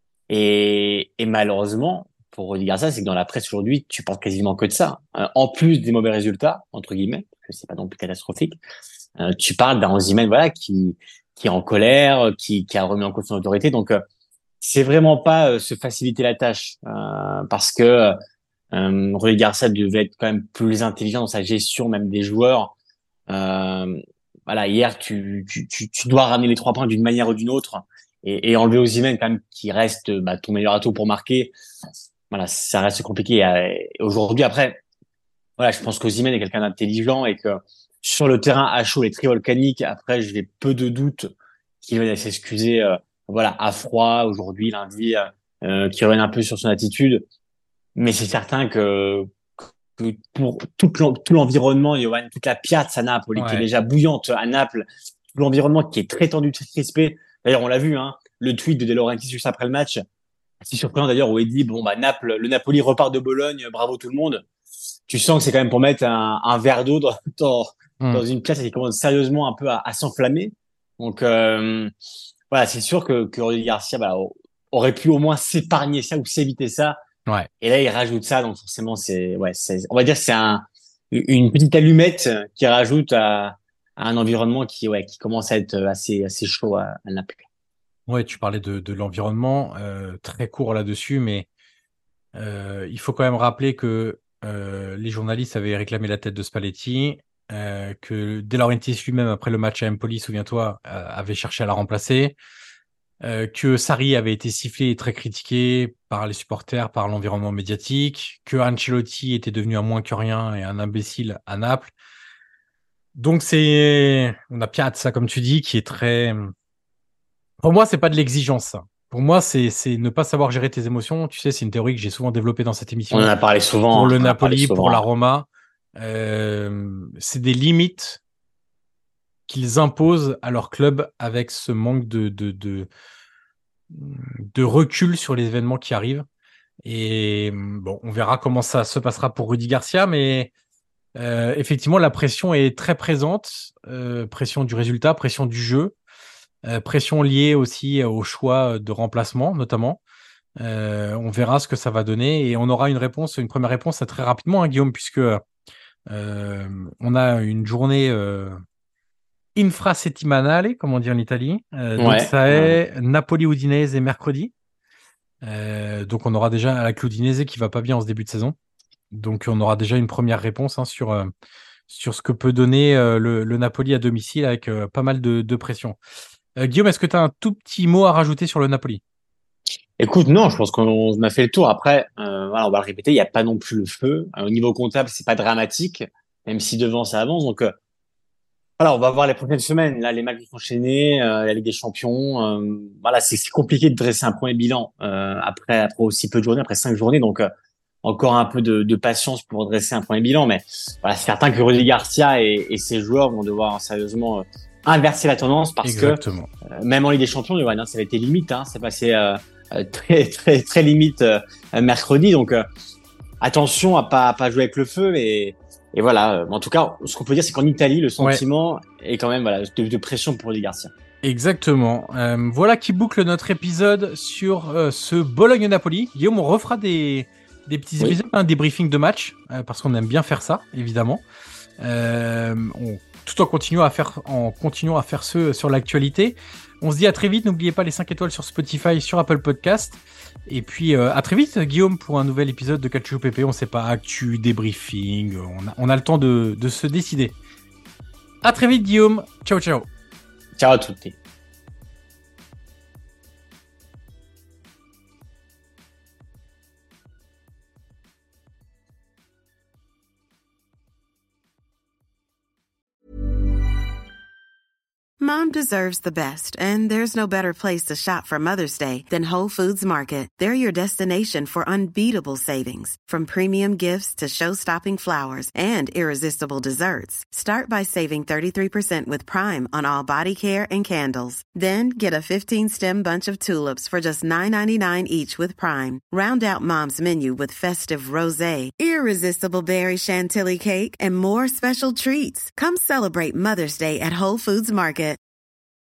Speaker 5: Et, et malheureusement, pour Rudy Garcia, c'est que dans la presse aujourd'hui, tu parles quasiment que de ça. Euh, en plus des mauvais résultats, entre guillemets, parce que c'est pas non plus catastrophique, euh, tu parles d'un Osimhen, voilà, qui, qui est en colère, qui, qui a remis en cause son autorité. Donc, euh, c'est vraiment pas euh, se faciliter la tâche, euh, parce que euh, Rudy Garcia devait être quand même plus intelligent dans sa gestion même des joueurs. Euh, voilà, hier, tu, tu, tu, tu dois ramener les trois points d'une manière ou d'une autre et, et enlever Osimhen quand même qui reste bah, ton meilleur atout pour marquer. Voilà, ça reste compliqué. Et aujourd'hui, après, voilà, je pense qu'Osimhen est quelqu'un d'intelligent et que sur le terrain à chaud, les tri volcaniques, après, j'ai peu de doutes qu'il va s'excuser, euh, voilà, à froid aujourd'hui, lundi, euh, qu'il revienne un peu sur son attitude. Mais c'est certain que, que pour tout, l'en- tout l'environnement, Johan, toute la piazza Napoli qui est
Speaker 1: Ouais.
Speaker 5: déjà bouillante à Naples, tout l'environnement qui est très tendu, très crispé. D'ailleurs, on l'a vu, hein, le tweet de De Laurentiis juste après le match. C'est surprenant d'ailleurs où il dit bon bah Naples, le Napoli repart de Bologne, bravo tout le monde. Tu sens que c'est quand même pour mettre un, un verre d'eau dans, dans,
Speaker 1: Mm.
Speaker 5: dans une pièce qui commence sérieusement un peu à, à s'enflammer. Donc euh, voilà, c'est sûr que, que Rudy Garcia bah, aurait pu au moins s'épargner ça ou s'éviter ça.
Speaker 1: Ouais.
Speaker 5: Et là, il rajoute ça, donc forcément, c'est, ouais, c'est, on va dire, que c'est un, une petite allumette qui rajoute à, à un environnement qui, ouais, qui commence à être assez, assez chaud à, à Naples.
Speaker 1: Ouais, tu parlais de, de l'environnement, euh, très court là-dessus, mais euh, il faut quand même rappeler que euh, les journalistes avaient réclamé la tête de Spalletti, euh, que De Laurentiis lui-même, après le match à Empoli, souviens-toi, euh, avait cherché à la remplacer, euh, que Sarri avait été sifflé et très critiqué par les supporters, par l'environnement médiatique, que Ancelotti était devenu un moins que rien et un imbécile à Naples. Donc c'est, on a Piat, ça comme tu dis, qui est très. Pour moi, c'est pas de l'exigence, ça. Pour moi, c'est c'est ne pas savoir gérer tes émotions. Tu sais, c'est une théorie que j'ai souvent développée dans cette émission.
Speaker 5: On en a parlé souvent.
Speaker 1: Pour le
Speaker 5: on en a parlé
Speaker 1: Napoli,
Speaker 5: souvent.
Speaker 1: pour la Roma, euh, c'est des limites qu'ils imposent à leur club avec ce manque de de de, de recul sur les événements qui arrivent. Et bon, on verra comment ça se passera pour Rudy Garcia, mais euh, effectivement, la pression est très présente. Euh, pression du résultat, pression du jeu. Euh, pression liée aussi au choix de remplacement, notamment. Euh, on verra ce que ça va donner et on aura une réponse, une première réponse très rapidement, hein, Guillaume, puisque euh, on a une journée euh, infrasettimanale, comme on dit en Italie. Euh, donc
Speaker 5: Ouais,
Speaker 1: ça
Speaker 5: ouais.
Speaker 1: est Napoli-Udinese mercredi. Euh, donc on aura déjà la Udinese qui va pas bien en ce début de saison. Donc on aura déjà une première réponse hein, sur euh, sur ce que peut donner euh, le, le Napoli à domicile avec euh, pas mal de, de pression. Euh, Guillaume, est-ce que tu as un tout petit mot à rajouter sur le Napoli?
Speaker 5: Écoute, non, je pense qu'on a fait le tour. Après, euh, voilà, on va le répéter, il n'y a pas non plus le feu. Euh, au niveau comptable, c'est pas dramatique, même si devant ça avance. Donc, euh, voilà, on va voir les prochaines semaines. Là, les matchs vont s'enchaîner, euh, la Ligue des Champions. Euh, voilà, c'est c'est compliqué de dresser un premier bilan euh, après, après aussi peu de journées, après cinq journées. Donc, euh, encore un peu de, de patience pour dresser un premier bilan. Mais voilà, c'est certain que Rudy Garcia et, et ses joueurs vont devoir sérieusement euh, inverser la tendance parce
Speaker 1: Exactement.
Speaker 5: que euh, même en Ligue des Champions, Johan, hein, ça a été limite. Hein, c'est passé euh, euh, très très très limite euh, mercredi. Donc euh, attention à pas à pas jouer avec le feu. Et, et voilà. En tout cas, ce qu'on peut dire, c'est qu'en Italie, le sentiment ouais. est quand même voilà de, de pression pour Rudy Garcia.
Speaker 1: Exactement. Euh, voilà qui boucle notre épisode sur euh, ce Bologne-Napoli. Guillaume, on refera des, des petits épisodes, oui. hein, des briefings de match, euh, parce qu'on aime bien faire ça, évidemment. Euh, on, tout en continuant à faire, en continuant à faire ce sur l'actualité. On se dit à très vite. N'oubliez pas les cinq étoiles sur Spotify, sur Apple Podcast. Et puis euh, à très vite, Guillaume, pour un nouvel épisode de Calcio P P. On sait pas, actu, débriefing. On a, on a le temps de, de se décider. À très vite, Guillaume. Ciao, ciao.
Speaker 5: Ciao a tutti.
Speaker 8: Mom deserves the best, and there's no better place to shop for Mother's Day than Whole Foods Market. They're your destination for unbeatable savings, from premium gifts to show-stopping flowers and irresistible desserts. Start by saving thirty-three percent with Prime on all body care and candles. Then get a fifteen-stem bunch of tulips for just nine ninety-nine each with Prime. Round out Mom's menu with festive rosé, irresistible berry chantilly cake, and more special treats. Come celebrate Mother's Day at Whole Foods Market.